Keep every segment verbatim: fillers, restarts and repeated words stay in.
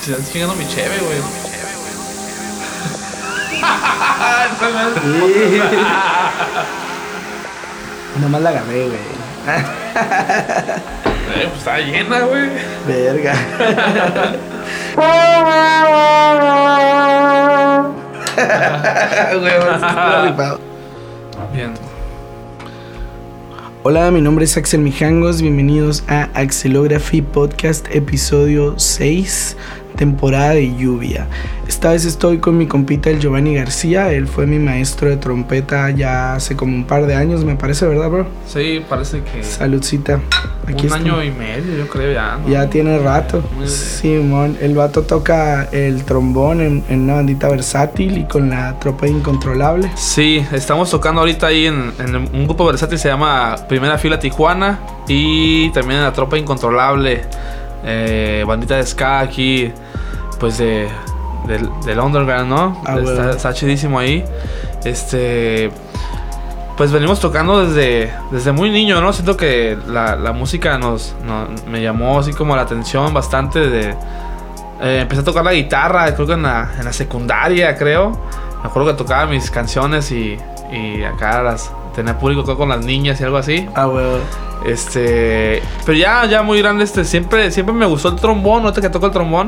Se está chingando mi cheve, güey. Sí. Nomás la agarré, güey. Eh, pues está llena, güey. Verga. Bien. Hola, mi nombre es Axel Mijangos. Bienvenidos a Axelography Podcast, episodio seis, temporada de lluvia. Esta vez estoy con mi compita el Giovanni García. Él fue mi maestro de trompeta ya hace como un par de años, me parece, ¿verdad, bro? Sí, parece que... Saludcita. Aquí un está. año y medio, yo creo ya, ¿no? Ya tiene rato. Simón, el vato toca el trombón en, en una bandita versátil y con la tropa incontrolable. Sí, estamos tocando ahorita ahí en, en un grupo versátil, se llama Primera Fila Tijuana. Y también en la tropa incontrolable, eh, bandita de ska aquí, pues de... Del, del underground, ¿no? Ah, está, bueno. está chidísimo ahí. Este... Pues venimos tocando desde, desde muy niño, ¿no? Siento que la, la música nos, nos me llamó así como la atención bastante. De, eh, empecé a tocar la guitarra, creo que en la, en la secundaria, creo. Me acuerdo que tocaba mis canciones y, y acá las tenía público con las niñas y algo así. Ah, weón. Este... Pero ya, ya muy grande, este, siempre, siempre me gustó el trombón, ahorita que toco el trombón.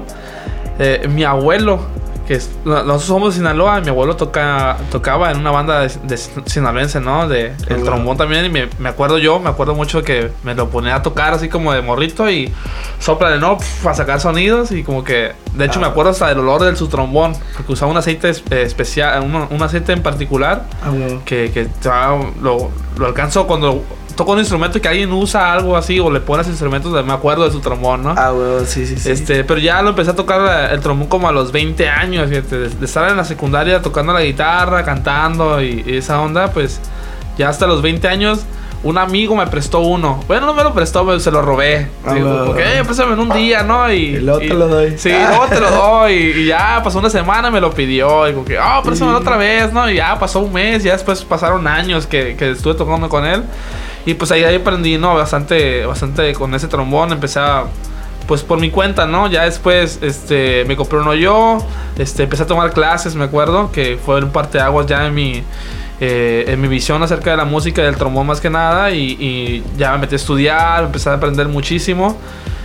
Eh, mi abuelo, que es, nosotros somos de Sinaloa, mi abuelo toca, tocaba en una banda de, de sinaloense, ¿no? De, el Oh, trombón también, y me, me acuerdo yo, me acuerdo mucho que me lo ponía a tocar así como de morrito y sopla de no, para sacar sonidos y como que, de hecho ah. me acuerdo hasta del olor de su trombón, porque usaba un aceite eh, especial, un, un aceite en particular, Ah, weón. que, que ah, lo, lo alcanzo cuando... Toco un instrumento y que alguien usa algo así o le pones instrumentos, me acuerdo de su trombón, ¿no? Ah, weón, sí, sí, sí. Este, pero ya lo empecé a tocar el trombón como a los veinte años, fíjate, de, de estar en la secundaria tocando la guitarra, cantando y, y esa onda, pues ya hasta los veinte años un amigo me prestó uno. Bueno, no me lo prestó, me, se lo robé. Ah, Digo, bueno. ok, préstame en un día, ¿no? Y, Y luego y- te lo doy. Sí, luego te lo doy. Y, y ya pasó una semana, me lo pidió. Y como que, oh, préstamelo Sí. otra vez, ¿no? Y ya pasó un mes, ya después pasaron años que, que estuve tocando con él. Y pues ahí, ahí aprendí, ¿no? Bastante, bastante con ese trombón. Empecé a, pues por mi cuenta, ¿no? Ya después, este, me compré uno yo. Este, empecé a tomar clases, me acuerdo, que fue un parteaguas ya en mi, eh, en mi visión acerca de la música y del trombón más que nada. Y, y ya me metí a estudiar, empecé a aprender muchísimo.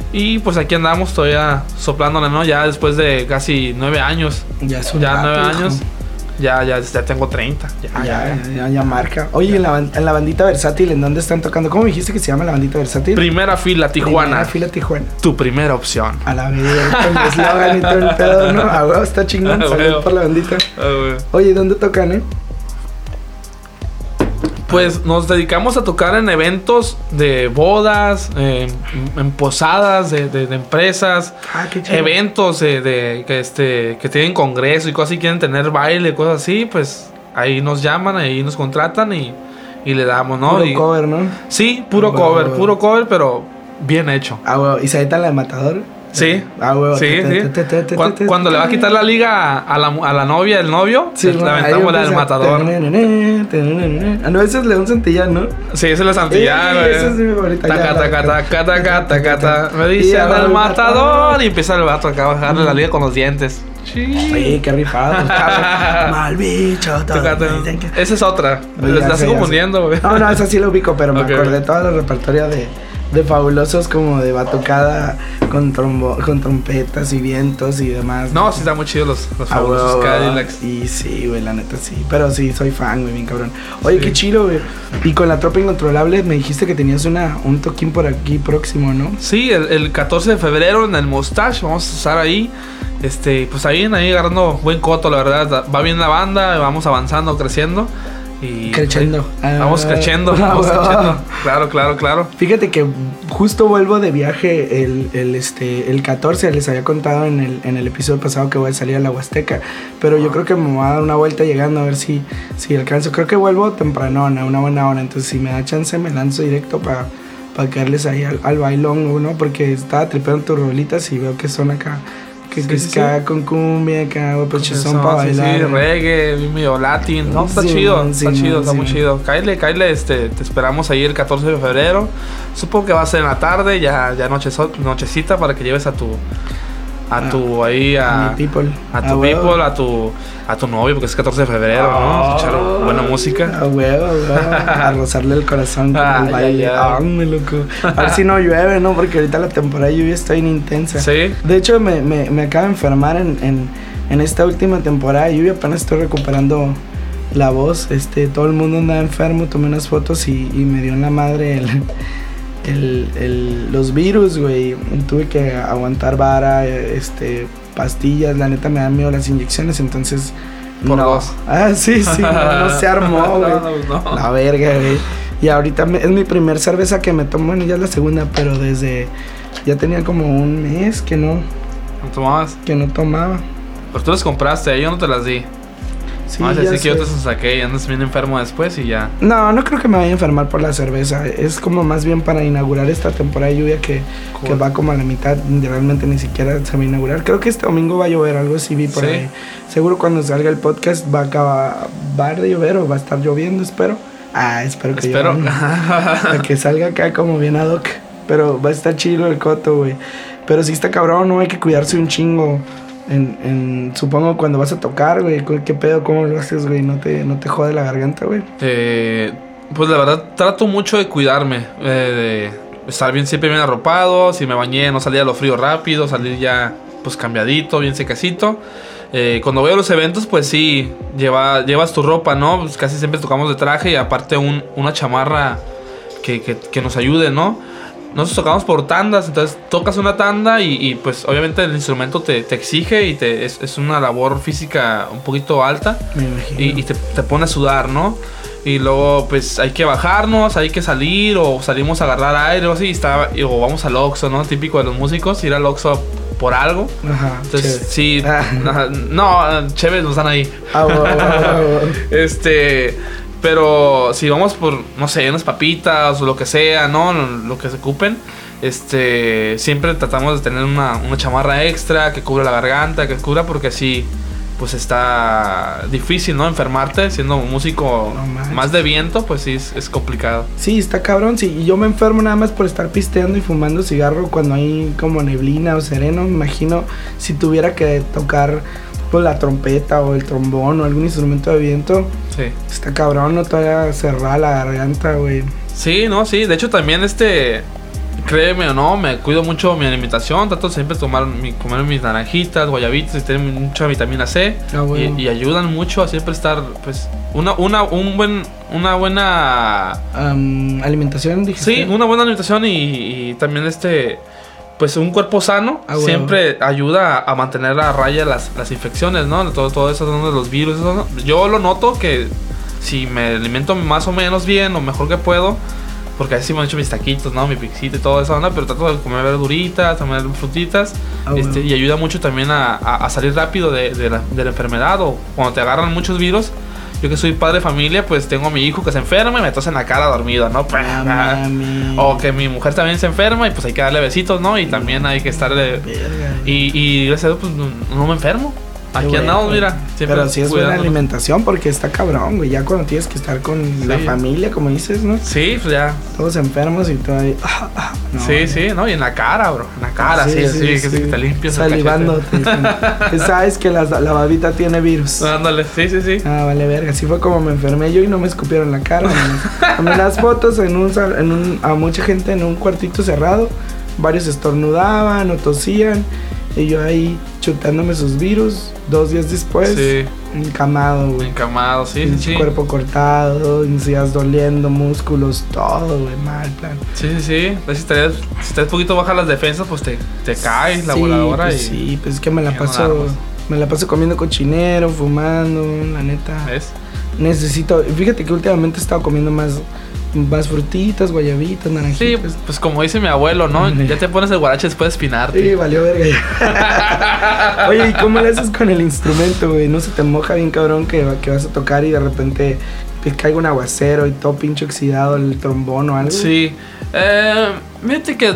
Y pues aquí andamos todavía soplándole, ¿no? Ya después de casi nueve años. Ya es un Ya rato, nueve hijo. años. Ya, ya, ya tengo treinta. Ya, Ya, ya, ya, ya, ya marca. Oye, en la, ban- en la bandita versátil, ¿en dónde están tocando? ¿Cómo dijiste que se llama la bandita versátil? Primera Fila Tijuana. Primera Fila Tijuana. Tu primera opción. A la vida, con el eslogan y todo el pedo, ¿no? Ah, huevo, está chingón. Ah, Salud huevo. por la bandita. Ah, güey. Oye, ¿dónde tocan, eh? Pues nos dedicamos a tocar en eventos de bodas, eh, en posadas de, de- de empresas, Ah, qué chido. eventos de, de- que este que tienen congreso y cosas y quieren tener baile, cosas así, pues ahí nos llaman, ahí nos contratan y, y le damos, ¿no? Puro Y- cover, ¿no? Sí, puro Ah, huevo, cover, huevo. puro cover, pero bien hecho. Ah, huevo. ¿Y se avientan la de Matador? Sí, Ah, huevo. sí, Te- te- sí. te- te- te- Cuan- te- Cuando le va a quitar la liga a la, a la novia, el novio, Sí, le bueno, ahí aventamos la del empieza. matador. Ah, no, ese es León Santillán, ¿no? Sí, ese es la Santillán, Eh, güey. esa es mi favorita. Taca, Ya, taca, la- taca, taca, taca, taca. Me Y dicen ahora el el matador. matador. Y empieza el vato acá a bajarle la liga con los dientes. Sí. Oye, qué rifado. Mal bicho. todo. Tócate. Esa es otra. Oye, Le ya estás sé, ya confundiendo, güey. No, no, esa sí lo ubico, pero me Ok. acordé todo el repertorio de, de fabulosos como de batucada con trombo, con trompetas y vientos y demás. No, sí están muy chidos los, los Ah, fabulosos huevo. Cadillacs. Y sí, güey, la neta sí. Pero sí, soy fan, güey, bien cabrón. Oye, Sí. qué chido, güey. Y con la tropa incontrolable me dijiste que tenías una, un toquín por aquí próximo, ¿no? Sí, el, el catorce de febrero en el Mustache vamos a estar ahí. Este, pues ahí, ahí agarrando buen coto, la verdad. Va bien la banda, vamos avanzando, creciendo. Y Creciendo. ahí, vamos Ah, creciendo, ah, vamos huevo. creciendo. Claro, claro, claro. Fíjate que justo vuelvo de viaje el, el, este, el catorce, les había contado en el, en el episodio pasado que voy a salir a la Huasteca, pero yo creo que me voy a dar una vuelta llegando a ver si, si alcanzo. Creo que vuelvo tempranón, a una buena hora, entonces si me da chance me lanzo directo para pa caerles ahí al, al bailón, ¿no? Porque estaba tripeando tus rolitas y veo que son acá, que, Sí, que sí, es acá con cumbia, acá, pues son para Sí, sí, bailar. reggae, medio latin. No, está Sí, chido, sí, está sí, chido, está sí. muy chido. Cáile, cáile, este, te esperamos ahí el catorce de febrero. Supongo que va a ser en la tarde, ya, ya noche, nochecita para que lleves a tu a ah, tu ahí a, a mi people, a tu a people, huevo. a tu a tu novio, porque es catorce de febrero, oh, ¿no? Escuchar buena música. A huevo, a huevo. A rozarle el corazón con ah, el baile. Ah, me loco. A ver si no llueve, ¿no? Porque ahorita la temporada de lluvia está bien intensa. Sí. De hecho, me, me, me acabo de enfermar en, en, en esta última temporada de lluvia. Apenas estoy recuperando la voz. Este, todo el mundo andaba enfermo. Tomé unas fotos y, y me dio en la madre el... El, el, los virus, güey. Tuve que aguantar vara, este, pastillas. La neta me dan miedo las inyecciones, entonces. Por no. dos. Ah, sí, sí, no, no se armó, güey. no, no. La verga, güey. Y ahorita me, es mi primer cerveza que me tomo. Bueno, ya es la segunda, pero desde. Ya tenía como un mes que no. ¿No tomabas? Que no tomaba. Pero tú las compraste, yo no te las di. Sí, no, ya así sé. que yo te saqué y andas bien enfermo después y ya. No, no creo que me vaya a enfermar por la cerveza. Es como más bien para inaugurar esta temporada de lluvia que, cool. que va como a la mitad. Realmente ni siquiera se va a inaugurar. Creo que este domingo va a llover, algo así vi por ¿sí? ahí. Seguro cuando salga el podcast va a acabar de llover o va a estar lloviendo, espero. Ah, espero que espero. Para que salga acá como bien ad hoc. Pero va a estar chido el coto, güey. Pero si está cabrón, no hay que cuidarse un chingo. En, en, supongo cuando vas a tocar, güey, ¿qué pedo? ¿Cómo lo haces, güey? ¿No te, no te jode la garganta, güey? Eh, pues la verdad, trato mucho de cuidarme, eh, de estar bien, siempre bien arropado. Si me bañé, no salir a lo frío rápido, salir ya, pues, cambiadito, bien secacito. Eh, cuando voy a los eventos, pues sí, lleva, llevas tu ropa, ¿no? Pues casi siempre tocamos de traje y aparte un, una chamarra que, que, que nos ayude, ¿no? Nosotros tocamos por tandas, entonces tocas una tanda y, y pues obviamente el instrumento te, te exige y te, es, es una labor física un poquito alta. Me imagino. Y, y te, te pone a sudar, ¿no? Y luego pues hay que bajarnos, hay que salir o salimos a agarrar aire o así, y está, o vamos al Oxxo, ¿no? Típico de los músicos, ir al Oxxo por algo. Ajá. Entonces chévere. sí, ah. no, chéveres no están ahí. Ah, bueno, bueno, bueno. Este... Pero si vamos por, no sé, unas papitas o lo que sea, ¿no? Lo, lo que se ocupen. Este, siempre tratamos de tener una, una chamarra extra que cubra la garganta, que cubra porque así, pues está difícil, ¿no? Enfermarte siendo un músico no más de viento, pues sí, es, es complicado. Sí, está cabrón, sí. Y yo me enfermo nada más por estar pisteando y fumando cigarro cuando hay como neblina o sereno. Me imagino si tuviera que tocar... pues la trompeta o el trombón o algún instrumento de viento. Sí. Está cabrón, no te vaya a cerrar la garganta, güey. Sí, no, sí. De hecho, también este... Créeme o no, me cuido mucho mi alimentación. Trato siempre de tomar mi, comer mis naranjitas, guayabitas y tener mucha vitamina C. Ah, bueno. y, y ayudan mucho a siempre estar, pues... Una, una, un buen, una buena... Um, alimentación, dijiste. Sí, una buena alimentación y, y también este... Pues un cuerpo sano ah, bueno. siempre ayuda a, a mantener a raya las, las infecciones, ¿no? Todo, todo eso, ¿no? Los virus, eso, ¿no? Yo lo noto que si me alimento más o menos bien o mejor que puedo, porque así me han hecho mis taquitos, ¿no? Mi pixita y todo eso, ¿no? Pero trato de comer verduritas, comer frutitas, ah, este, bueno. y ayuda mucho también a, a, a salir rápido de, de, la, de la enfermedad o cuando te agarran muchos virus. Yo que soy padre de familia, pues tengo a mi hijo que se enferma y me tose en la cara dormido, ¿no? Ah, o que mi mujer también se enferma y pues hay que darle besitos, ¿no? Y también hay que estarle... Y, y gracias a Dios, pues no, no me enfermo. Aquí bueno, andamos, mira. Pero sí es buena alimentación porque está cabrón, güey. Ya cuando tienes que estar con sí. la familia, como dices, ¿no? Sí, pues ya. Todos enfermos y todo ahí. Ah, ah, no, sí, no. sí, ¿no? Y en la cara, bro. En la cara, sí, sí, sí, sí que sí. te limpias. Salivando. Sabes que la, la babita tiene virus. Ándale, sí, sí, sí. Ah, vale, verga. Así fue como me enfermé yo y no me escupieron la cara. Tomé las fotos en un, en un, a mucha gente en un cuartito cerrado. Varios estornudaban o tosían. Y yo ahí chutándome sus virus. Dos días después, sí. encamado, güey. Encamado, sí, sí, sí. Cuerpo cortado, encías doliendo, músculos, todo, güey, mal plan. Sí, sí, sí. Pues si estás si estás un poquito baja las defensas, pues te, te caes la sí, voladora. Pues y sí, pues es que me la paso, me la paso comiendo cochinero, fumando, la neta. ¿Ves? Necesito, fíjate que últimamente he estado comiendo más... Más frutitas, guayabitas, naranjitas. Sí, pues como dice mi abuelo, ¿no? Ya te pones el guarache después de espinarte. Sí, valió verga. Oye, ¿y cómo le haces con el instrumento, güey? ¿No se te moja bien cabrón que, que vas a tocar y de repente te caiga un aguacero y todo pinche oxidado el trombón o algo? Sí. Eh, fíjate que...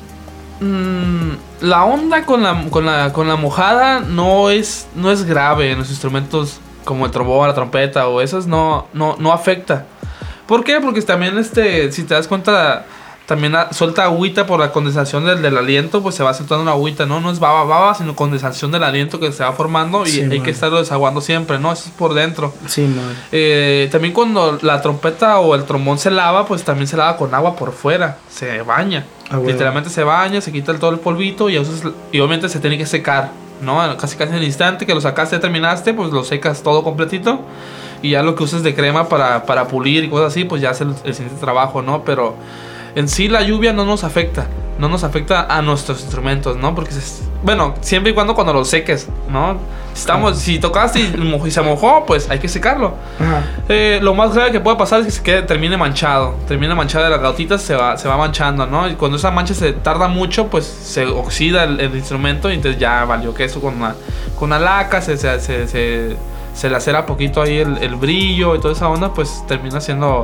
Mmm, la onda con la, con la, con la mojada no es, no es grave en los instrumentos como el trombón, la trompeta o esos, no, no, no afecta. ¿Por qué? Porque también, este, si te das cuenta, también a, suelta agüita por la condensación del, del aliento, pues se va soltando una agüita, ¿no? No es baba, baba, sino condensación del aliento que se va formando y sí, hay man. que estarlo desaguando siempre, ¿no? Eso es por dentro. Sí, no. Eh, también cuando la trompeta o el trombón se lava, pues también se lava con agua por fuera, se baña. Ah, bueno. Literalmente se baña, se quita el, todo el polvito y, eso es, y obviamente se tiene que secar, ¿no? Casi casi en el instante que lo sacaste, terminaste, pues lo secas todo completito. Y ya lo que uses de crema para, para pulir y cosas así, pues ya hace el, el siguiente trabajo, ¿no? Pero en sí la lluvia no nos afecta. No nos afecta a nuestros instrumentos, ¿no? Porque, se, bueno, siempre y cuando cuando los seques, ¿no? Estamos, si tocaste y, moj, y se mojó, pues hay que secarlo. Eh, lo más grave que puede pasar es que se quede, termine manchado. Termine manchado de las gotitas, se va, se va manchando, ¿no? Y cuando esa mancha se tarda mucho, pues se oxida el, el instrumento y entonces ya valió que eso con una, con una laca se... se, se, se se le acera poquito ahí el, el brillo y toda esa onda, pues termina siendo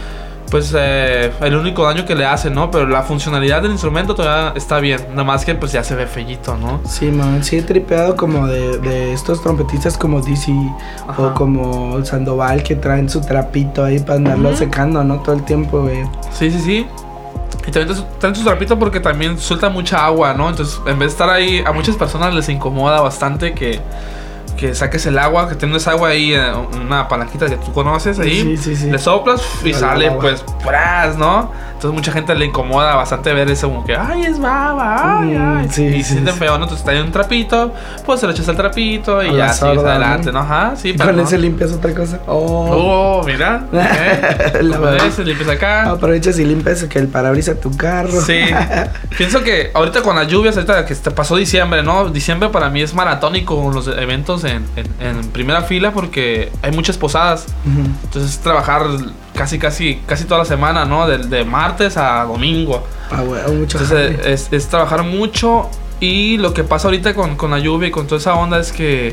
pues eh, el único daño que le hace, ¿no? Pero la funcionalidad del instrumento todavía está bien, nada más que pues ya se ve fellito, ¿no? Sí, man, sí he tripeado como de, de estos trompetistas como Dizzy o como Sandoval que traen su trapito ahí para andarlo uh-huh. secando, ¿no? Todo el tiempo, güey. Sí, sí, sí. Y también traen su trapito porque también suelta mucha agua, ¿no? Entonces, en vez de estar ahí, a muchas personas les incomoda bastante que que saques el agua, que tienes agua ahí, una palanquita que tú conoces ahí, sí, sí, sí. le soplas y no, sale pues ¡pras!, ¿no? Entonces mucha gente le incomoda bastante ver eso como que ¡ay, es baba! ¡Ay, mm, ay! Sí, y sí, se sienten sí. feo, ¿no? Entonces está ahí un trapito, pues se le echas el trapito y a ya sigues adelante, ¿no? Ajá, sí. ¿Y con no. ese limpias otra cosa? ¡Oh! oh mira, ¿eh? La ves, limpias acá. Aprovechas y limpias que el parabrisas tu carro. Sí. Pienso que ahorita con las lluvias, ahorita que te pasó diciembre, ¿no? Diciembre para mí es maratónico los eventos en, en, en primera fila porque hay muchas posadas. Uh-huh. Entonces es trabajar casi, casi, casi toda la semana, ¿no? De, de martes a domingo. Ah, bueno, mucho. Entonces es, es trabajar mucho. Y lo que pasa ahorita con, con la lluvia y con toda esa onda es que,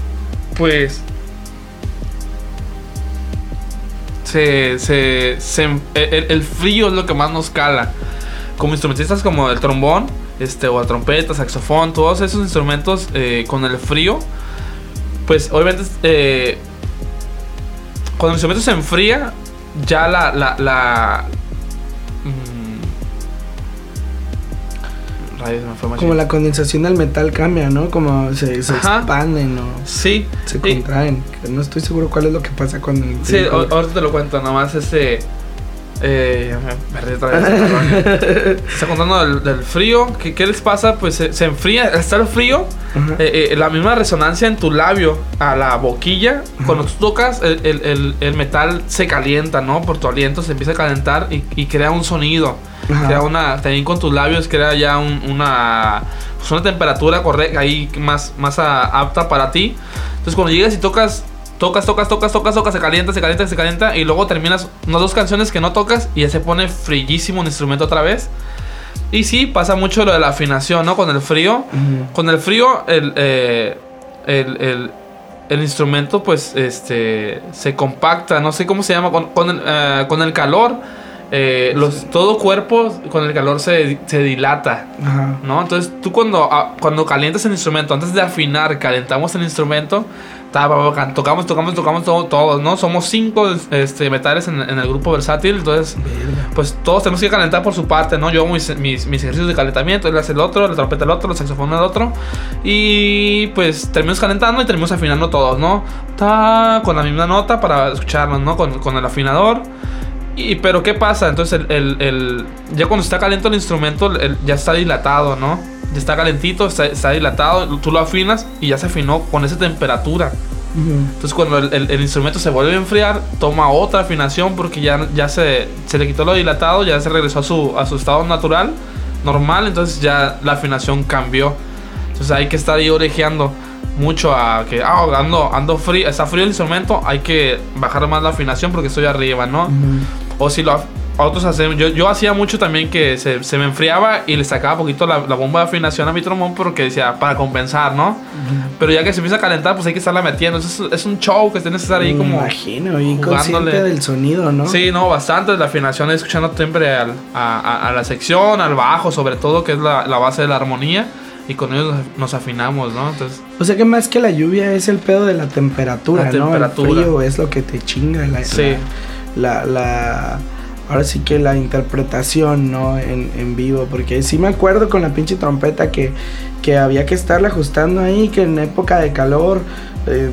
pues, se, se, se el, el frío es lo que más nos cala. Como instrumentistas como el trombón, este, o la trompeta, saxofón, todos esos instrumentos eh, con el frío, pues obviamente eh, cuando el instrumento se enfría, ya la, la, la mmm, rayos, me fue más como chido. La condensación del metal cambia, ¿no? Como se, se expanden o sí, se contraen. Y, no estoy seguro cuál es lo que pasa con el sí, o, ahorita te lo cuento, nomás este Eh, ya me perdí otra vez. Está contando del, del frío. ¿Qué, ¿Qué les pasa? Pues se, se enfría. Al estar frío, uh-huh. eh, eh, la misma resonancia en tu labio a la boquilla. Uh-huh. Cuando tú tocas, el, el, el, el metal se calienta, ¿no? Por tu aliento se empieza a calentar y, y crea un sonido. Uh-huh. Crea una. También con tus labios crea ya un, una. Pues una temperatura correcta ahí más, más a, apta para ti. Entonces cuando llegas y tocas. Tocas, tocas, tocas, tocas, tocas, se calienta, se calienta, se calienta. Y luego terminas unas dos canciones que no tocas y ya se pone frillísimo el instrumento otra vez. Y sí, pasa mucho lo de la afinación, ¿no? Con el frío. Uh-huh. Con el frío, el, eh, el, el, el instrumento, pues, este, se compacta. No sé cómo se llama. Con, con, el, uh, con el calor, eh, los, todo cuerpo con el calor se, se dilata, uh-huh. ¿no? Entonces, tú cuando, uh, cuando calientas el instrumento, antes de afinar, calentamos el instrumento. Tocamos, tocamos, tocamos todos, todo, ¿no? Somos cinco este, metales en, en el grupo versátil. Entonces, pues todos tenemos que calentar por su parte, ¿no? Yo hago mis, mis, mis ejercicios de calentamiento, él hace el otro, la trompeta el otro, el saxofón el otro. Y pues terminamos calentando y terminamos afinando todos, ¿no? Ta, con la misma nota para escucharnos, ¿no? Con, con el afinador. Y, pero ¿qué pasa? Entonces, el, el, el, ya cuando está caliente el instrumento, el, ya está dilatado, ¿no? Ya está calentito, está, está dilatado, tú lo afinas y ya se afinó con esa temperatura. Uh-huh. Entonces cuando el, el, el instrumento se vuelve a enfriar, toma otra afinación porque ya, ya se, se le quitó lo dilatado, ya se regresó a su, a su estado natural, normal, entonces ya la afinación cambió. Entonces hay que estar ahí orejeando mucho a que, ah, ando, ando frío, está frío el instrumento, hay que bajar más la afinación porque estoy arriba, ¿no? Uh-huh. O si lo otros hacemos, yo, yo hacía mucho también que se, se me enfriaba y le sacaba poquito la, la bomba de afinación a mi trombón porque decía, para compensar, ¿no? Uh-huh. Pero ya que se empieza a calentar, pues hay que estarla metiendo. Es, es un show que tienes que estar ahí me como imagino, bien consciente del sonido, ¿no? Sí, no, bastante. La afinación, escuchando siempre al, a, a, a la sección, al bajo, sobre todo, que es la, la base de la armonía. Y con ellos nos, nos afinamos, ¿no? Entonces, o sea que más que la lluvia es el pedo de la temperatura, la ¿no? temperatura. El frío es lo que te chinga. La, sí. La... la, la ahora sí que la interpretación, ¿no? En, en vivo, porque sí me acuerdo con la pinche trompeta que, que había que estarla ajustando ahí, que en época de calor eh,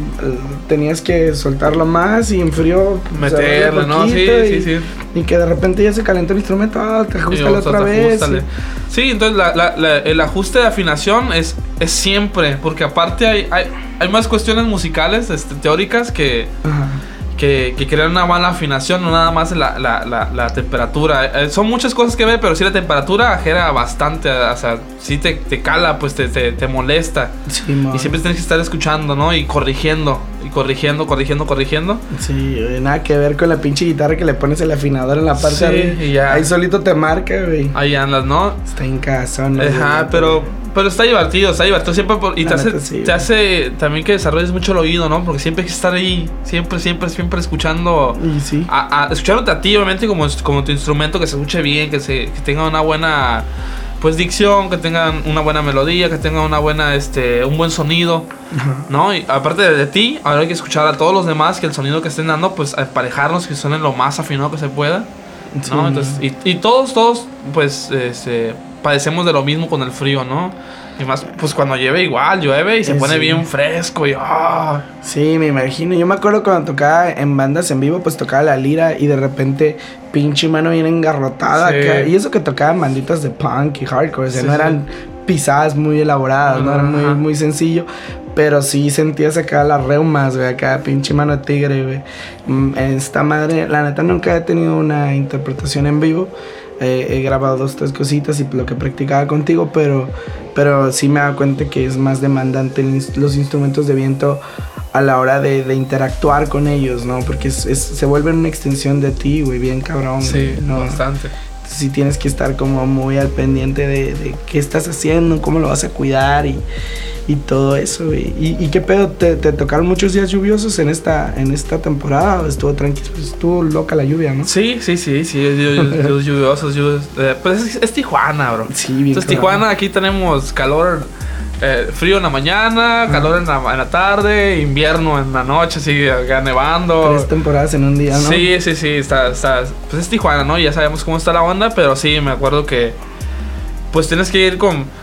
tenías que soltarlo más y en frío meterlo, ¿no? Sí, y, sí, sí. Y que de repente ya se calentó el instrumento, ah, te ajustale otra vez. Y... Sí, entonces la, la, la, el ajuste de afinación es, es siempre, porque aparte hay, hay, hay más cuestiones musicales, este, teóricas que... Ajá. Que, que crean una mala afinación, no nada más la, la, la, la temperatura. Eh, son muchas cosas que ver, pero sí la temperatura genera bastante, o sea, sí te, te cala, pues te, te, te molesta. Sí, y siempre tienes que estar escuchando, ¿no? Y corrigiendo, y corrigiendo, corrigiendo, corrigiendo. Sí, nada que ver con la pinche guitarra que le pones el afinador en la parte sí, de y ya. Ahí solito te marca, güey. Ahí andas, ¿no? Está en casa, ¿no? Ajá, pero... Pero está divertido, está divertido siempre por, y te hace, sí, te hace también que desarrolles mucho el oído, ¿no? Porque siempre hay que estar ahí, siempre, siempre, siempre escuchando, y sí. a, a, escuchándote a ti, obviamente, como, como tu instrumento, que se escuche bien, que se que tenga una buena, pues, dicción, que tenga una buena melodía, que tenga una buena, este, un buen sonido, uh-huh. ¿no? Y aparte de, de ti, ahora hay que escuchar a todos los demás, que el sonido que estén dando, pues, emparejarnos, que suene lo más afinado que se pueda, sí, ¿no? Entonces, y, y todos, todos, pues, este... padecemos de lo mismo con el frío, ¿no? Y más, pues cuando llueve igual, llueve y se sí, pone bien fresco y oh. Sí, me imagino. Yo me acuerdo cuando tocaba en bandas en vivo, pues tocaba la lira y de repente pinche mano bien engarrotada sí. acá. Y eso que tocaban banditas de punk y hardcore, o sea, sí, no eran pisadas muy elaboradas, uh-huh. no era muy, muy sencillo. Pero sí sentías acá las reumas, güey, acá pinche mano de tigre, güey. Esta madre, la neta nunca he tenido una interpretación en vivo. Eh, he grabado dos, tres cositas y lo que practicaba contigo, pero, pero sí me he dado cuenta que es más demandante los instrumentos de viento a la hora de, de interactuar con ellos, ¿no? Porque es, es, se vuelven una extensión de ti, güey, bien cabrón. Sí, ¿no? Bastante. Sí tienes que estar como muy al pendiente de, de qué estás haciendo, cómo lo vas a cuidar y... y todo eso, güey. ¿Y, y qué pedo? ¿Te, ¿Te tocaron muchos días lluviosos en esta en esta temporada? ¿Estuvo tranquilo? Estuvo loca la lluvia, ¿no? Sí, sí, sí, sí, lluviosos, lluviosos, lluviosos. Eh, pues es, es Tijuana, bro. Sí, bien. Entonces, claro. Tijuana, aquí tenemos calor, eh, frío en la mañana, ah. calor en la, en la tarde, invierno en la noche, así, acá nevando. Tres temporadas en un día, ¿no? Sí, sí, sí, está, está, pues es Tijuana, ¿no? Ya sabemos cómo está la onda, pero sí, me acuerdo que, pues tienes que ir con...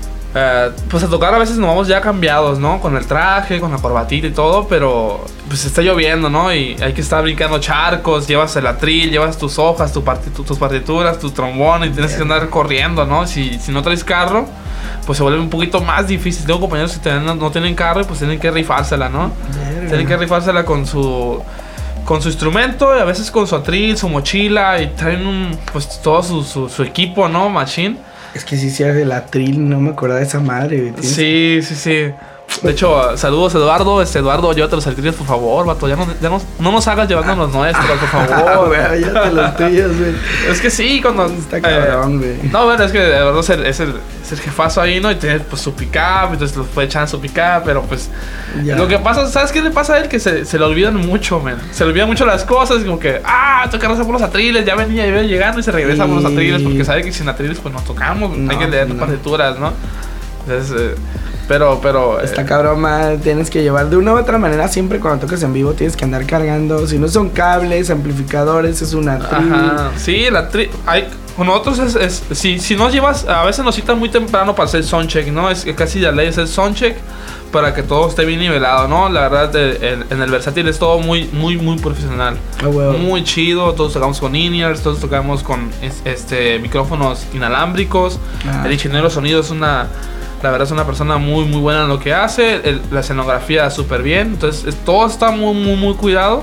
Uh, pues a tocar a veces nos vamos ya cambiados, ¿no? Con el traje, con la corbatita y todo, pero pues está lloviendo, ¿no? Y hay que estar brincando charcos, llevas el atril, llevas tus hojas, tu partitu- tus partituras, tu trombón y tienes que andar corriendo, ¿no? Si, si no traes carro, pues se vuelve un poquito más difícil. Tengo compañeros que tienen, no, no tienen carro y pues tienen que rifársela, ¿no? Verga. Tienen que rifársela con su... con su instrumento y a veces con su atril, su mochila y traen un, pues todo su, su, su equipo, ¿no? Machine. Es que sí, sí, el atril, no me acordaba de esa madre, güey. Sí, sí, sí. De hecho, saludos Eduardo, este Eduardo, llévate los atriles, por favor, vato. Ya no, ya no, no nos hagas llevando los nuestros, por favor. Güey, llévate los tuyos, güey. Es que sí, cuando... Está cabrón, güey. Eh, no, bueno, es que Eduardo es el, es, el, es el jefazo ahí, ¿no? Y tiene pues su pick-up, entonces los puede echar en su pick-up, pero pues... Ya. Lo que pasa, ¿sabes qué le pasa a él? Que se, se le olvidan mucho, man. Se le olvidan mucho las cosas, como que... Ah, toca por los atriles, ya venía, ya venía llegando y se regresa sí. por los atriles, porque sabe que sin atriles pues nos tocamos, no, hay que leer no. partituras, ¿no? Entonces... Eh, Pero, pero... Está eh, cabrón, man. Tienes que llevar de una u otra manera. Siempre cuando tocas en vivo tienes que andar cargando. Si no son cables, amplificadores, es una atril. Ajá. Sí, la atril... Hay... Con nosotros es... es si, si no llevas... A veces nos citan muy temprano para hacer soundcheck, ¿no? Es que casi de ley hacer soundcheck para que todo esté bien nivelado, ¿no? La verdad, el, el, en el versátil es todo muy, muy, muy profesional. Oh, well. Muy chido. Todos tocamos con in-ears, todos tocamos con este micrófonos inalámbricos. Ah. El ingeniero de sonido es una... La verdad es una persona muy muy buena en lo que hace. El, la escenografía súper bien. Entonces es, todo está muy muy muy cuidado.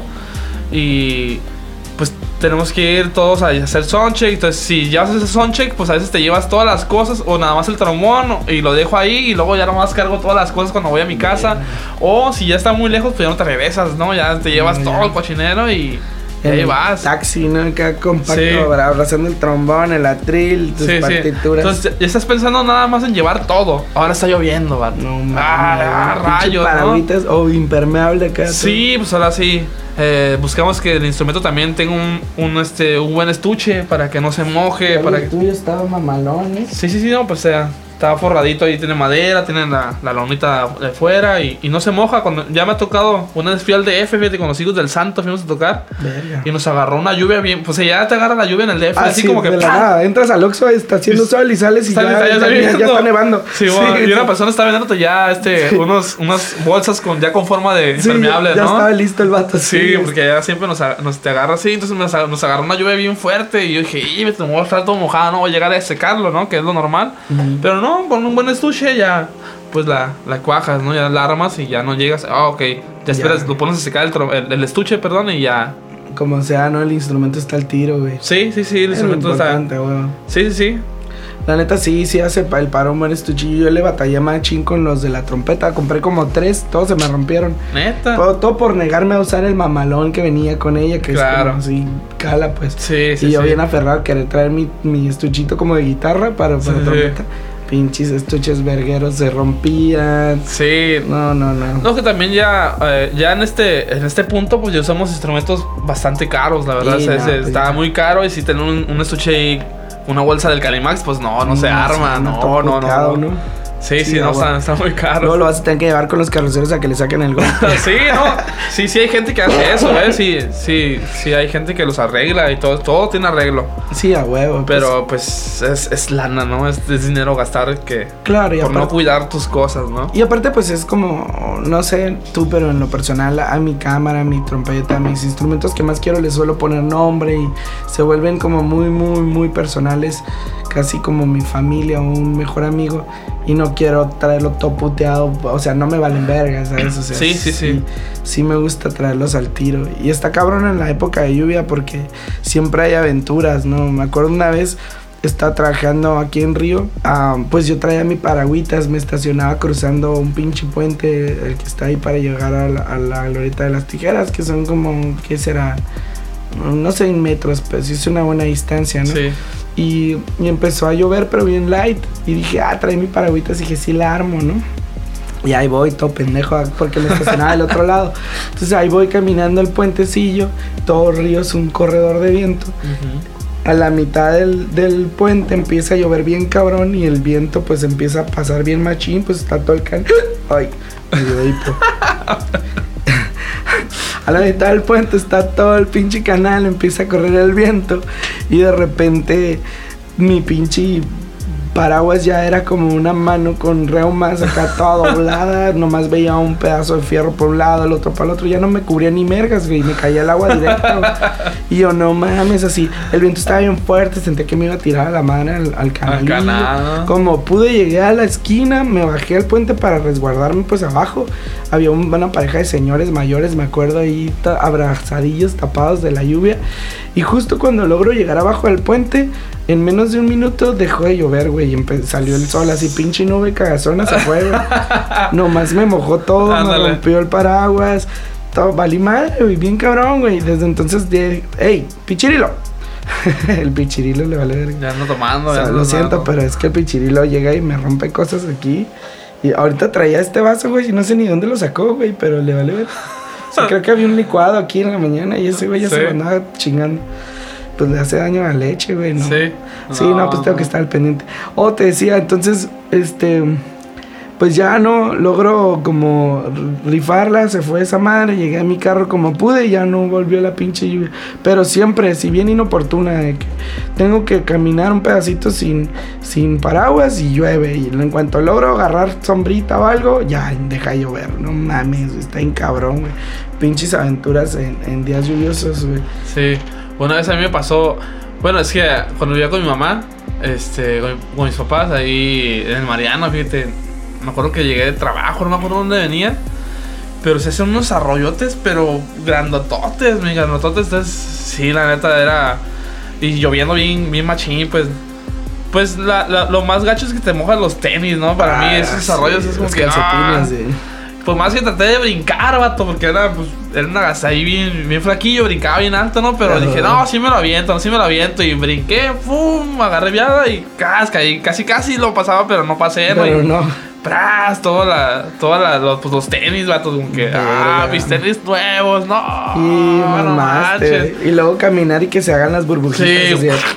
Y pues tenemos que ir todos a hacer soundcheck. Entonces si llevas ese soundcheck, pues a veces te llevas todas las cosas. O nada más el trombón y lo dejo ahí. Y luego ya nomás cargo todas las cosas cuando voy a mi casa. Yeah. O si ya está muy lejos, pues ya no te regresas, ¿no? Ya te llevas yeah. todo el cochinero y... Y ahí vas. Taxi, ¿no? Acá compacto, sí. abrazando el trombón, el atril, tus sí, partituras. Sí. Entonces ya estás pensando nada más en llevar todo. Ahora está lloviendo, vato. No mames. Ah, rayos, paragüitas, ¿no? O impermeable acá. Sí, todo. Pues ahora sí. Eh, buscamos que el instrumento también tenga un, un, este, un buen estuche para que no se moje. Pero para el que... tuyo estaba mamalón, ¿eh? Sí, sí, sí, no, pues sea. Está forradito ahí, tiene madera, tiene la, la lonita de fuera y, y no se moja. Cuando, ya me ha tocado una vez fui al D F, fíjate, con los hijos del Santo fuimos a tocar. Verga. Y nos agarró una lluvia bien, pues ya te agarra la lluvia en el D F, Ah, así sí, como que de la ¡pah! nada. Entras al Oxxo, está haciendo sol y sales y Sale- ya, sale- ya, sale ya- ya viendo. está nevando. Sí, bueno, y una persona estaba vendiéndote ya este, unos, unas bolsas con, ya con forma de Sí, impermeables, ya ¿no? estaba listo el vato. Sí, porque ya siempre nos, a- nos te agarra así, entonces nos, a- nos agarró una lluvia bien fuerte y yo dije, y me voy a estar todo mojado, no voy a llegar a secarlo, ¿no? Que es lo normal. Ujú. Pero no, con un buen estuche ya, pues la, la cuajas, ¿no? Ya la armas y ya no llegas, ah, ok, ya esperas, Ya. lo pones a secar el, tro- el, el estuche, perdón, y ya. Como sea, ¿no? El instrumento está al tiro, güey. Sí, sí, sí, el Es lo instrumento está... importante, güey. Sí, sí, sí. La neta sí, sí hace pa- el paro un buen estuchillo. Yo le batallé machín con los de la trompeta. Compré como tres, todos se me rompieron. Neta. Todo, todo por negarme a usar el mamalón que venía con ella, que Claro. es como así, cala pues. Sí, sí, y yo sí. bien aferrado a querer traer mi, mi estuchito como de guitarra para, para Sí, sí. trompeta. Pinches estuches vergueros se rompían. Sí. No, no, no. No, que también ya, eh, ya en este en este punto, pues ya usamos instrumentos bastante caros, la verdad. Sí, o sea, no, se- pues está ya. muy caro y si tener un, un estuche ahí, una bolsa del Calimax, pues no, no, se arma. sí, No, todo no, no, puteado, no. Sí, sí, Sí, no, ah, está, bueno. está muy caro. Luego lo vas a tener que llevar con los carroceros a que le saquen el golpe. Sí, no. Sí, sí hay gente que hace eso, ¿eh? Sí, sí, sí hay gente que los arregla y todo, todo tiene arreglo. Sí, a huevo. pues, Pero pues es, es lana, ¿no? Es, es dinero gastar que claro, y por no aparte, cuidar tus cosas, ¿no? y aparte pues es como, no sé tú, pero en lo personal a mi cámara, mi trompeta, mis instrumentos que más quiero les suelo poner nombre y se vuelven como muy, muy, muy personales, casi como mi familia o un mejor amigo. Y no quiero traerlo todo puteado, o sea, no me valen vergas, ¿sabes? O sea, Sí, sí, sí. Sí me gusta traerlos al tiro. Y está cabrón en la época de lluvia porque siempre hay aventuras, ¿no? Me acuerdo una vez, estaba trabajando aquí en Río, ah, pues yo traía mi paragüitas, me estacionaba cruzando un pinche puente, el que está ahí para llegar a la, a la glorieta de las tijeras, que son como, ¿qué será? No sé en metros, pero sí es una buena distancia, ¿no? Sí. Y, y empezó a llover, pero bien light. Y dije, ah, trae mi paragüitas. Y dije, sí la armo, ¿no? Y ahí voy, todo pendejo, porque me estacionaba del otro lado. Entonces ahí voy caminando el puentecillo. Todo Río es un corredor de viento. Ujú. A la mitad del, del puente empieza a llover bien cabrón. Y el viento pues empieza a pasar bien machín. Pues está todo el can... Ay, me dio hipo. A la mitad del puente está todo el pinche canal, empieza a correr el viento y de repente mi pinche paraguas ya era como una mano con reumas acá toda doblada, nomás veía un pedazo de fierro por un lado, el otro para el otro, ya no me cubría ni mergas, güey, me caía el agua directo. Y yo, no mames, así, el viento estaba bien fuerte, sentí que me iba a tirar a la madre al, al canalillo. canal. Como pude, llegué a la esquina, me bajé al puente para resguardarme pues abajo. Había un- una pareja de señores mayores, me acuerdo, ahí ta- abrazadillos, tapados de la lluvia. Y justo cuando logro llegar abajo del puente, en menos de un minuto dejó de llover, güey, y empe- salió el sol, así pinche nube cagazona se fue, güey. Nomás me mojó todo, Ándale. me rompió el paraguas, todo, valí madre, güey, bien cabrón, güey. Desde entonces, de, hey, pichirilo. El pichirilo le vale verga. Ya ando tomando. O sea, ya lo ando siento, tomando. pero es que el pichirilo llega y me rompe cosas aquí. Y ahorita traía este vaso, güey, y no sé ni dónde lo sacó, güey, pero le vale ver. O sea, creo que había un licuado aquí en la mañana y ese güey ya Sí. se lo andaba chingando. Pues le hace daño a la leche, güey, ¿no? Sí. Sí, no, pues tengo que estar al pendiente. Oh, te decía, entonces, este... Pues ya no logro como rifarla, se fue esa madre, llegué a mi carro como pude y ya no volvió la pinche lluvia. Pero siempre, si bien inoportuna, de que tengo que caminar un pedacito sin, sin paraguas y llueve. Y en cuanto logro agarrar sombrita o algo, ya deja de llover. No mames, está en cabrón, güey. Pinches aventuras en, en días lluviosos, güey. Sí. Una vez a mí me pasó. Bueno, es que cuando vivía con mi mamá, este, con, con mis papás, ahí en el Mariano, fíjate. Me acuerdo que llegué de trabajo, no me acuerdo dónde venía. Pero se hacían unos arroyotes, pero grandototes, mi grandototes. Entonces, sí, la neta era. Y lloviendo bien, bien machín, pues. Pues la, la, lo más gacho es que te mojas los tenis, ¿no? Para mí, Ah, esos sí, arroyos es como los que. Ah, calcetines, eh. pues más que traté de brincar, vato, porque era, pues, era una gasa ahí bien, bien flaquillo, brincaba bien alto, ¿no? Pero Ajá. dije, no, sí me lo aviento, no, sí me lo aviento. Y brinqué, pum, agarré viada y casca. Y casi, casi lo pasaba, pero no pasé, ¿no? Pero Y no. pras, toda la, toda la, los, pues, los tenis, vato, como que, Verga. ah, mis tenis nuevos, no. Y no mamaste, manches. güey. Y luego caminar y que se hagan las burbujitas. Sí. así.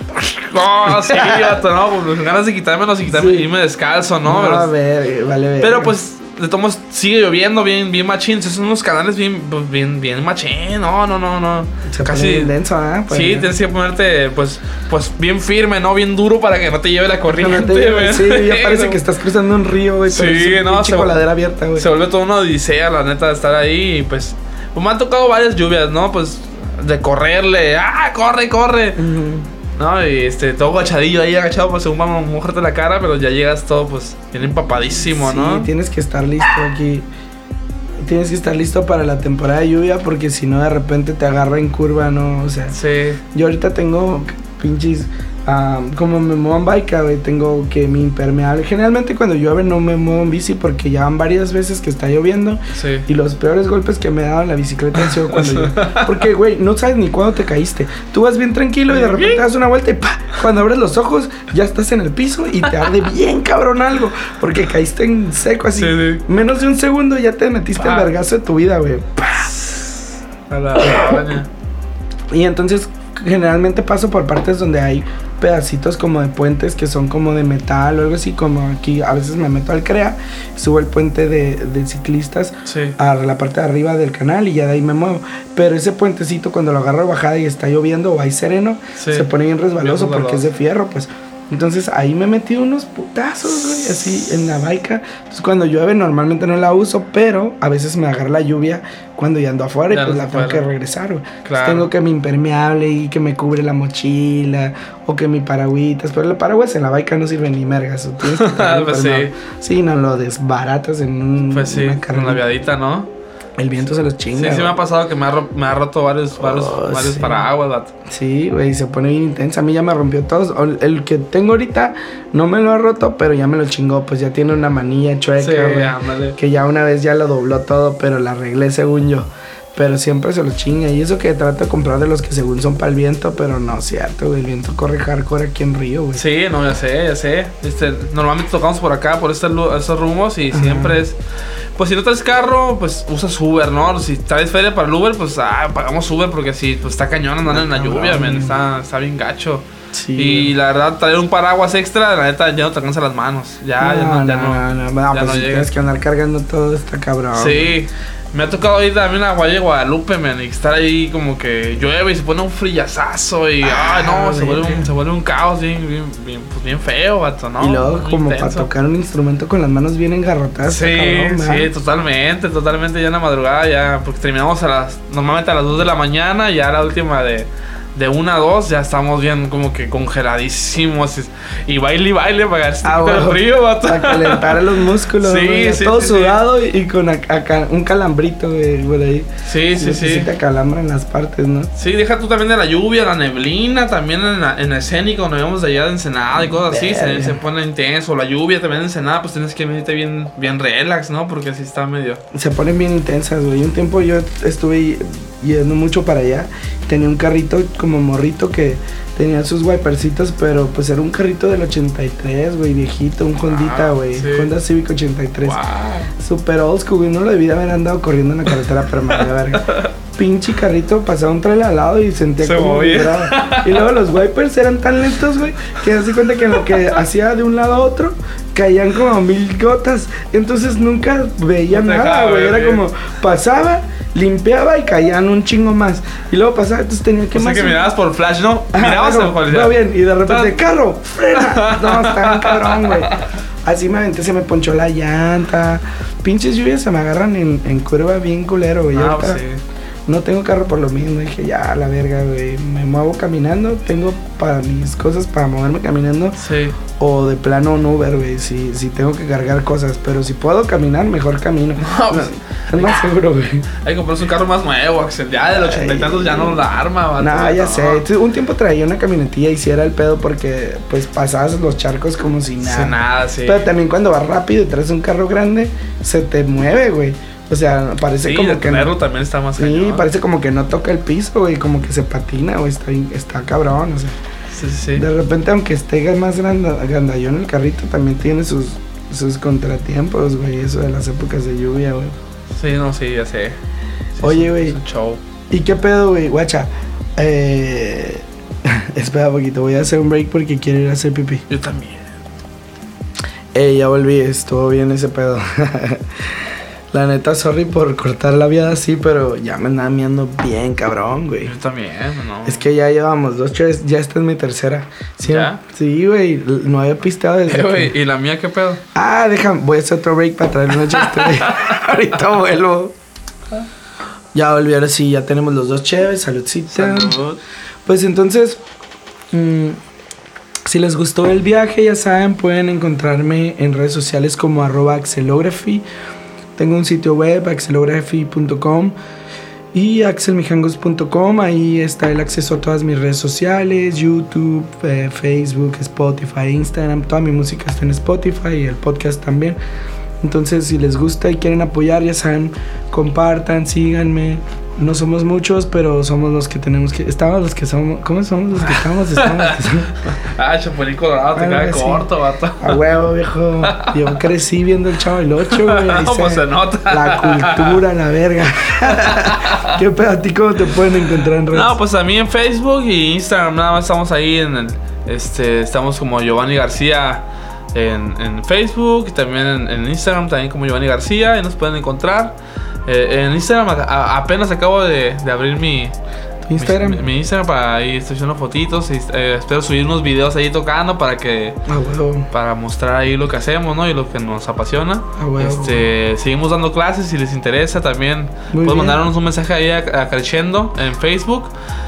Oh, sí, vato, no, pues ganas de quitármelos y quitarme, sí. irme descalzo, ¿no? No, pero, a ver, vale, ver. Pero pues, de todos modos, sigue lloviendo bien, bien machín. Son unos canales bien, bien, bien machín. No, no, no, no. Se casi pone denso, ¿eh? Pues, sí, ya. Tienes que ponerte, pues, pues, bien firme, ¿no? Bien duro para que no te lleve la corriente, no te lleve, sí, ya parece no. que estás cruzando un río, güey. Sí, no, se coladera abierta, güey. Se vuelve toda una odisea, la neta, de estar ahí. Y pues, pues, me han tocado varias lluvias, ¿no? Pues, de correrle. ¡Ah, corre, corre! Uh-huh. No, y este, todo agachadillo ahí, agachado, pues según vamos a mojarte la cara, pero ya llegas todo, pues, bien empapadísimo, sí, ¿no? Sí, tienes que estar listo aquí. Tienes que estar listo para la temporada de lluvia, porque si no, de repente te agarra en curva, ¿no? O sea, sí. Yo ahorita tengo pinches... Um, como me muevo en bike, güey, tengo que mi impermeable. Generalmente cuando llueve no me muevo en bici porque ya van varias veces que está lloviendo. Sí. Y los peores golpes que me ha dado en la bicicleta han sido cuando llueve. Porque, güey, no sabes ni cuándo te caíste. Tú vas bien tranquilo y de repente das una vuelta y ¡pa! Cuando abres los ojos ya estás en el piso y te arde bien cabrón algo. Porque caíste en seco así. Sí, sí. Menos de un segundo ya te metiste el vergazo de tu vida, güey. A la baña. Y entonces generalmente paso por partes donde hay pedacitos como de puentes que son como de metal o algo así, como aquí a veces me meto al CREA, subo el puente de, de ciclistas sí. a la parte de arriba del canal y ya de ahí me muevo, pero ese puentecito cuando lo agarro de bajada y está lloviendo o hay sereno, sí. se pone bien resbaloso bien porque es de fierro, pues. Entonces ahí me metí unos putazos, güey, así en la baica. Entonces cuando llueve normalmente no la uso, pero a veces me agarra la lluvia cuando ya ando afuera ya y pues la tengo que regresar, güey. Claro. Tengo que mi impermeable y que me cubre la mochila o que mi paragüitas, pero el paraguas en la baica no sirve ni mergas. Tienes que pues sí. sí, no lo desbaratas en un, pues sí, una carrera. Una viadita, ¿no? El viento se los chinga. Sí, sí me ha pasado que me ha, ro- me ha roto varios, varios, oh, varios sí. paraguas, vato. Sí, güey, se pone bien intensa. A mí ya me rompió todos. El que tengo ahorita no me lo ha roto, pero ya me lo chingó. Pues ya tiene una manilla chueca, sí, güey, que ya una vez ya lo dobló todo, pero la arreglé según yo. Pero siempre se lo chinga. Y eso que trato de comprar de los que según son para el viento, pero no es cierto, güey. El viento corre hardcore aquí en Río, güey. Sí, no, ya sé, ya sé. Este, normalmente tocamos por acá, por este, estos rumos y Ajá. siempre es... Pues si no traes carro, pues usas Uber, ¿no? Si traes feria para el Uber, pues ah, pagamos Uber porque si pues está cañón andando en la lluvia, man, está, está bien gacho. Sí. Y la verdad, traer un paraguas extra, la neta, ya no te alcanza las manos. Ya, no, ya no, ya no. no, no, no, no ya pues no si llega. Tienes que andar cargando todo, está cabrón. Sí. Me ha tocado ir también a Valle de Guadalupe, man, y estar ahí como que llueve y se pone un frillazazo y ah, ay, no, se vuelve, un, se vuelve un caos bien, bien, bien, pues bien feo, vato, ¿no? Y luego muy como intenso. para tocar un instrumento con las manos bien engarrotadas. Sí, cabrón, sí, totalmente, totalmente ya en la madrugada ya, porque terminamos a las, normalmente a las dos de la mañana, ya la última de... De una a dos ya estamos bien como que congeladísimos. Y baile y baile para este ah, bueno, el río, vato. Para calentar los músculos. Sí, güey, sí, todo sí, sudado sí. Y, y con acá un calambrito, güey, por ahí. Sí, sí, sí. Sí te acalambran las partes, ¿no? Sí, deja tú también de la lluvia, la neblina, también en la, en la escénica, cuando íbamos de allá de Ensenada y cosas así, se, se pone intenso. La lluvia también en Ensenada, pues tienes que venirte bien, bien relax, ¿no? Porque así está medio... Se ponen bien intensas, güey. Un tiempo yo estuve yendo mucho para allá. Tenía un carrito como morrito que tenía sus wipercitos, pero pues era un carrito del ochenta y tres, güey, viejito, un Hondita, güey, wow, sí. Honda Civic ochenta y tres. Wow. Super old school, güey, no lo debí de haber andado corriendo en la carretera, pero me da verga. Pinche carrito, pasaba un trailer al lado y sentía Se como vibraba. Y luego los wipers eran tan lentos, güey, que me di cuenta que en lo que hacía de un lado a otro caían como mil gotas. Entonces nunca veía no nada, güey. Era como pasaba, limpiaba y caían un chingo más. Y luego pasaba, entonces tenía que o más. O sea que mirabas por flash, ¿no? Ajá, mirabas bueno, por va bien, y de repente, carro, frena. No, está bien cabrón, güey. Así me aventé, se me ponchó la llanta. Pinches lluvias se me agarran en, en curva bien culero, güey. Ah, pues sí. No tengo carro por lo mismo, dije, ya, la verga, güey, me muevo caminando, tengo para mis cosas para moverme caminando. Sí. O de plano un Uber, güey, si, si tengo que cargar cosas, pero si puedo caminar, mejor camino. No, pues, es más seguro, güey. Hay que comprarse un carro más nuevo, Axel, ya del ochenta y tantos ya no la arma, va. Nah, ya no. sé, Entonces, un tiempo traía una camionetilla y si era el pedo porque, pues, pasabas los charcos como si nada. Sin nada, sí. Pero también cuando vas rápido y traes un carro grande, se te mueve, güey. O sea, parece sí, como de que no, también está más sí, cañón. parece como que no toca el piso, güey, como que se patina, güey, está, está cabrón, o sea. Sí, sí, sí. De repente, aunque esté más grande, grandallón el carrito, también tiene sus, sus contratiempos, güey, eso de las épocas de lluvia, güey. Sí, no, sí, ya sé. Sí, Oye, güey. Es un show. ¿Y qué pedo, güey? Guacha, eh... espera un poquito, voy a hacer un break porque quiero ir a hacer pipí. Yo también. Ey, ya volví, estuvo bien ese pedo. La neta, sorry por cortar la viada así, pero ya me andaba miando bien cabrón, güey. Yo también, ¿no? Es que ya llevamos dos chaves, ya esta es mi tercera. ¿Sí? ¿Ya? Sí, güey, no había pisteado desde Eh, güey, que... ¿y la mía qué pedo? Ah, déjame, voy a hacer otro break para traer una cheve. Ahorita vuelvo. Ya volví, ahora sí, ya tenemos los dos cheves, saludcita. Salud. Pues entonces, mmm, si les gustó el viaje, ya saben, pueden encontrarme en redes sociales como arroba axelography. Tengo un sitio web, axelography punto com y axel mijangos punto com. Ahí está el acceso a todas mis redes sociales, YouTube, eh, Facebook, Spotify, Instagram. Toda mi música está en Spotify y el podcast también. Entonces, si les gusta y quieren apoyar, ya saben, compartan, síganme. No somos muchos, pero somos los que tenemos que... Estamos los que somos... ¿Cómo somos los que estamos? Estamos los que somos. Ah, Chapulín Colorado, te Ah, queda sí. corto, vato. A huevo, viejo. Yo crecí viendo el Chavo del Ocho, güey. Ahí No, pues se nota. La cultura, la verga. ¿Qué pedo? ¿A ti cómo te pueden encontrar en redes? No, pues a mí en Facebook y Instagram nada más estamos ahí en el... Este, estamos como Giovanni García en, en Facebook y también en, en Instagram también como Giovanni García. Ahí nos pueden encontrar. Eh, en Instagram a, a, apenas acabo de, de abrir mi... Instagram. Mi, mi Instagram para ahí estoy haciendo fotitos y eh, espero subir unos videos ahí tocando para que... A huevo. Para mostrar ahí lo que hacemos, ¿no? Y lo que nos apasiona. A huevo. Este, seguimos dando clases si les interesa también. Muy Pueden bien. mandarnos un mensaje ahí a, a Crescendo en Facebook.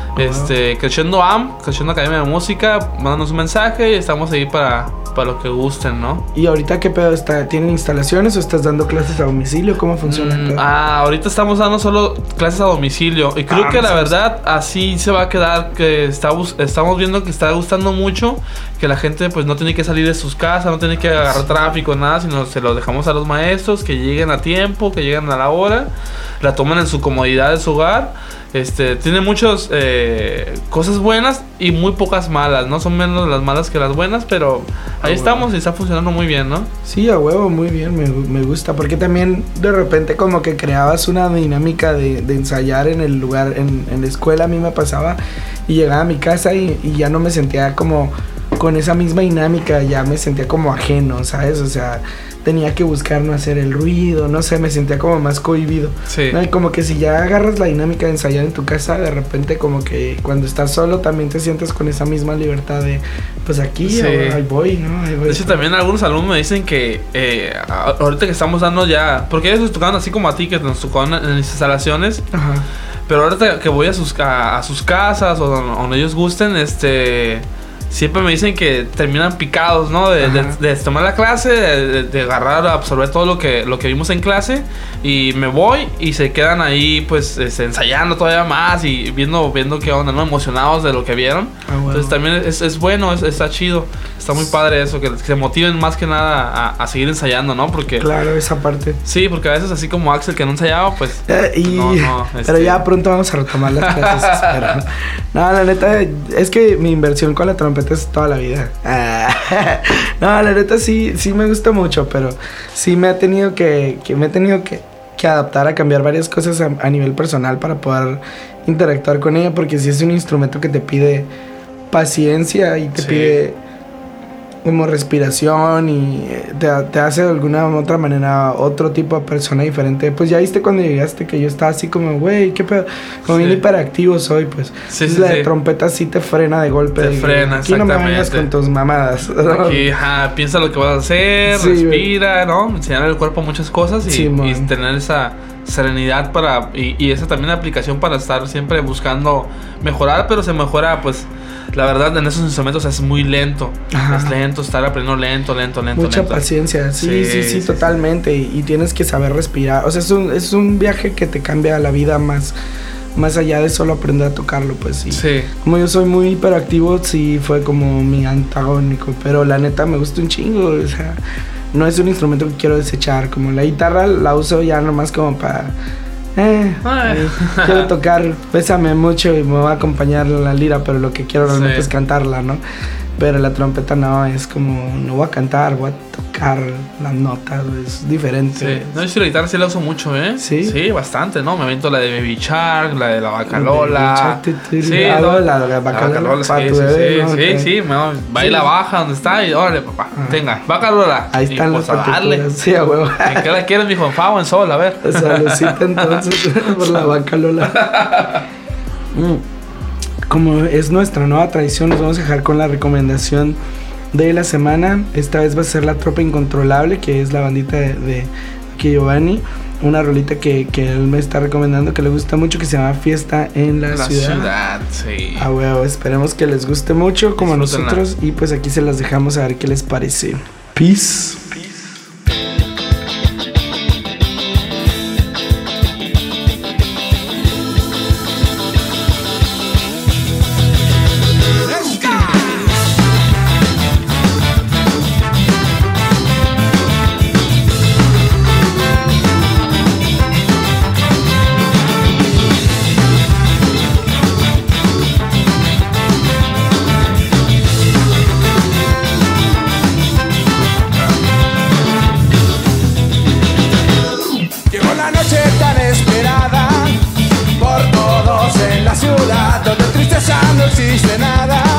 Este, Crescendo A M, Crescendo Academia de Música. Mándanos un mensaje y estamos ahí para, para lo que gusten, ¿no? ¿Y ahorita qué pedo está? ¿Tienen instalaciones o estás dando clases a domicilio? ¿Cómo funciona? Mm, todo? ah, ahorita estamos dando solo clases a domicilio. Y creo Ah, que la sí, verdad así se va a quedar. Que está, bus- estamos viendo que está gustando mucho. Que la gente pues no tiene que salir de sus casas, no tiene que agarrar tráfico, nada, sino se lo dejamos a los maestros, que lleguen a tiempo, que lleguen a la hora, la tomen en su comodidad de su hogar. Este, tiene muchas eh, cosas buenas y muy pocas malas, ¿no? Son menos las malas que las buenas, pero ahí Ah, estamos bueno. y está funcionando muy bien, ¿no? Sí, a huevo, muy bien, me, me gusta. Porque también de repente como que creabas una dinámica de, de ensayar en el lugar, en, en la escuela. A mí me pasaba y llegaba a mi casa y, y ya no me sentía como con esa misma dinámica, ya me sentía como ajeno, ¿sabes? O sea, tenía que buscar no hacer el ruido, no sé, me sentía como más cohibido. Sí. ¿No? Y como que si ya agarras la dinámica de ensayar en tu casa, de repente como que cuando estás solo también te sientes con esa misma libertad de, pues aquí, Sí. ahora, ahí voy, ¿no? Ahí voy. De hecho, también algunos alumnos me dicen que eh, a- ahorita que estamos dando ya, porque ellos nos tocaban así como a ti, que nos tocaban en las instalaciones, Ajá. pero ahorita que voy a sus, a, a sus casas o donde, donde ellos gusten, este... Siempre me dicen que terminan picados, ¿no? De, de, Ajá. de tomar la clase, de, de agarrar, absorber todo lo que, lo que vimos en clase. Y me voy y se quedan ahí, pues, este, ensayando todavía más y viendo, viendo qué onda, ¿no? Emocionados de lo que vieron. Ah, bueno. Entonces también es, es bueno, es, está chido. Está muy padre eso, que, que se motiven más que nada a, a seguir ensayando, ¿no? Porque... Claro, esa parte. Sí, porque a veces así como Axel que no ensayaba, pues... Eh, y... no, no, Pero este- ya pronto vamos a retomar las clases, espero. No, la neta, es que mi inversión con la trompeta es toda la vida. Ah, no, la neta sí, sí me gusta mucho, pero sí me ha tenido que, que me he tenido que, que adaptar a cambiar varias cosas a, a nivel personal para poder interactuar con ella, porque sí es un instrumento que te pide paciencia y te Sí. pide como respiración y eh, te, te hace de alguna u otra manera otro tipo de persona diferente. Pues ya viste cuando llegaste que yo estaba así como, güey, qué pedo, como Sí. bien hiperactivo soy, pues. Sí, Entonces sí, la sí. de trompeta sí te frena de golpe. Te de que, frena, aquí no me vengas exactamente. con tus mamadas. Aquí, ajá, piensa lo que vas a hacer, Sí, güey. respira, ¿no? Enseñar al cuerpo muchas cosas y, Sí, y man. tener esa serenidad para... Y, y esa también aplicación para estar siempre buscando mejorar, pero se mejora, pues... La verdad, en esos instrumentos es muy lento. Ajá. Es lento, estar aprendiendo lento, lento, lento, Mucha lento. paciencia, sí, sí, sí, Sí, sí, totalmente. Y, y tienes que saber respirar. O sea, es un, es un viaje que te cambia la vida más, más allá de solo aprender a tocarlo, pues sí. Sí. Como yo soy muy hiperactivo, sí fue como mi antagónico. Pero la neta me gusta un chingo. O sea, no es un instrumento que quiero desechar. Como la guitarra la uso ya nomás como para... Eh, Ay. eh, quiero tocar, pésame mucho y me va a acompañar la lira, pero lo que quiero realmente Sí. es cantarla, ¿no? Pero la trompeta no, es como, no voy a cantar, voy a tocar las notas, es diferente. Sí, no, yo sí la guitarra sí la uso mucho, ¿eh? Sí. Sí, bastante, ¿no? Me avento la de Baby Shark, la de la Bacalola. Sí, no, la de Bacalola. Sí, Sí, sí, bebé, ¿no? sí, sí, Okay. sí, no, va y la baja donde está y órale, papá, Ah. tenga, Bacalola. Ahí y están pues las a darle. partituras. Sí, a huevo. ¿En qué la quieres, mijo? ¿En fa o en sol? A ver. Saludcita entonces por la Bacalola. Mm. Como es nuestra nueva tradición, nos vamos a dejar con la recomendación de la semana. Esta vez va a ser La Tropa Incontrolable, que es la bandita de, de aquí Giovanni. Una rolita que, que él me está recomendando, que le gusta mucho, que se llama Fiesta en la, La Ciudad. ciudad, sí. Ah, huevo, esperemos que les guste mucho como a Disfrútenla. nosotros. Y pues aquí se las dejamos a ver qué les parece. Peace. Llegó la noche tan esperada por todos en la ciudad, donde tristeza no existe nada.